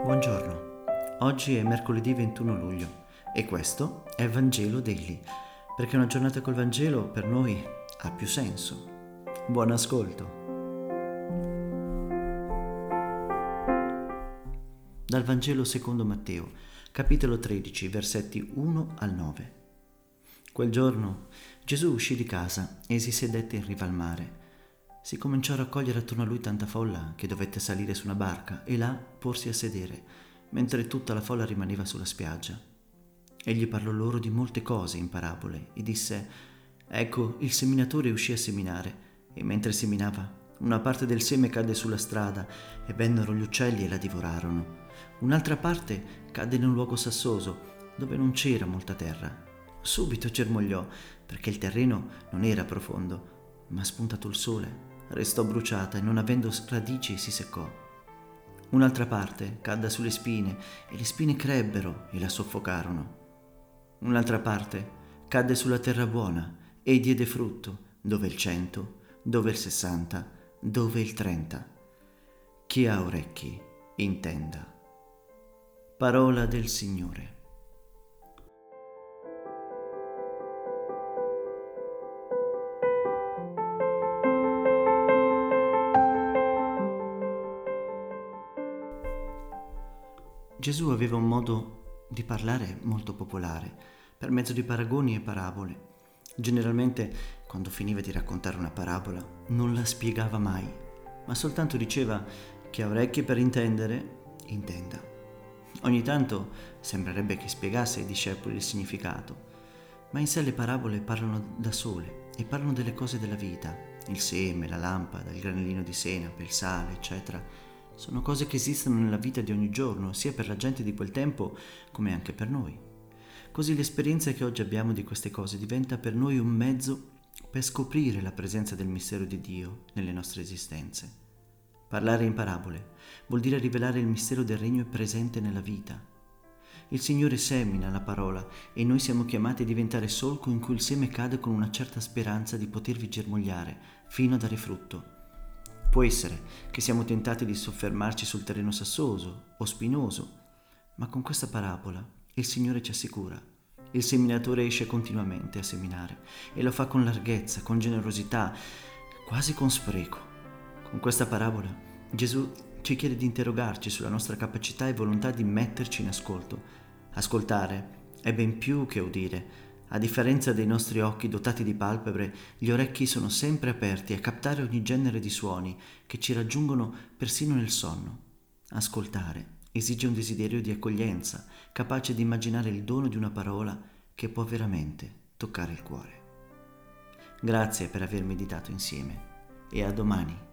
Buongiorno, oggi è mercoledì 21 luglio e questo è Vangelo Daily, perché una giornata col Vangelo per noi ha più senso. Buon ascolto. Dal Vangelo secondo Matteo, capitolo 13, versetti 1 al 9. Quel giorno Gesù uscì di casa e si sedette in riva al mare. Si cominciò a raccogliere attorno a lui tanta folla che dovette salire su una barca e là porsi a sedere, mentre tutta la folla rimaneva sulla spiaggia. Egli parlò loro di molte cose in parabole e disse: Ecco, il seminatore uscì a seminare, e mentre seminava, una parte del seme cadde sulla strada e vennero gli uccelli e la divorarono. Un'altra parte cadde in un luogo sassoso, dove non c'era molta terra. Subito germogliò, perché il terreno non era profondo, ma spuntato il sole, restò bruciata e non avendo radici si seccò. Un'altra parte cadde sulle spine e le spine crebbero e la soffocarono. Un'altra parte cadde sulla terra buona e diede frutto, dove il 100, dove il 60, dove il 30. Chi ha orecchi, intenda. Parola del Signore. Gesù aveva un modo di parlare molto popolare, per mezzo di paragoni e parabole. Generalmente, quando finiva di raccontare una parabola, non la spiegava mai, ma soltanto diceva: chi ha orecchie per intendere, intenda. Ogni tanto sembrerebbe che spiegasse ai discepoli il significato, ma in sé le parabole parlano da sole e parlano delle cose della vita: il seme, la lampada, il granellino di senape, il sale, eccetera. Sono cose che esistono nella vita di ogni giorno, sia per la gente di quel tempo come anche per noi. Così l'esperienza che oggi abbiamo di queste cose diventa per noi un mezzo per scoprire la presenza del mistero di Dio nelle nostre esistenze. Parlare in parabole vuol dire rivelare il mistero del regno presente nella vita. Il Signore semina la parola e noi siamo chiamati a diventare solco in cui il seme cade con una certa speranza di potervi germogliare fino a dare frutto. Può essere che siamo tentati di soffermarci sul terreno sassoso o spinoso, ma con questa parabola il Signore ci assicura: il seminatore esce continuamente a seminare e lo fa con larghezza, con generosità, quasi con spreco. Con questa parabola Gesù ci chiede di interrogarci sulla nostra capacità e volontà di metterci in ascolto. Ascoltare è ben più che udire. A differenza dei nostri occhi dotati di palpebre, gli orecchi sono sempre aperti a captare ogni genere di suoni che ci raggiungono persino nel sonno. Ascoltare esige un desiderio di accoglienza, capace di immaginare il dono di una parola che può veramente toccare il cuore. Grazie per aver meditato insieme e a domani.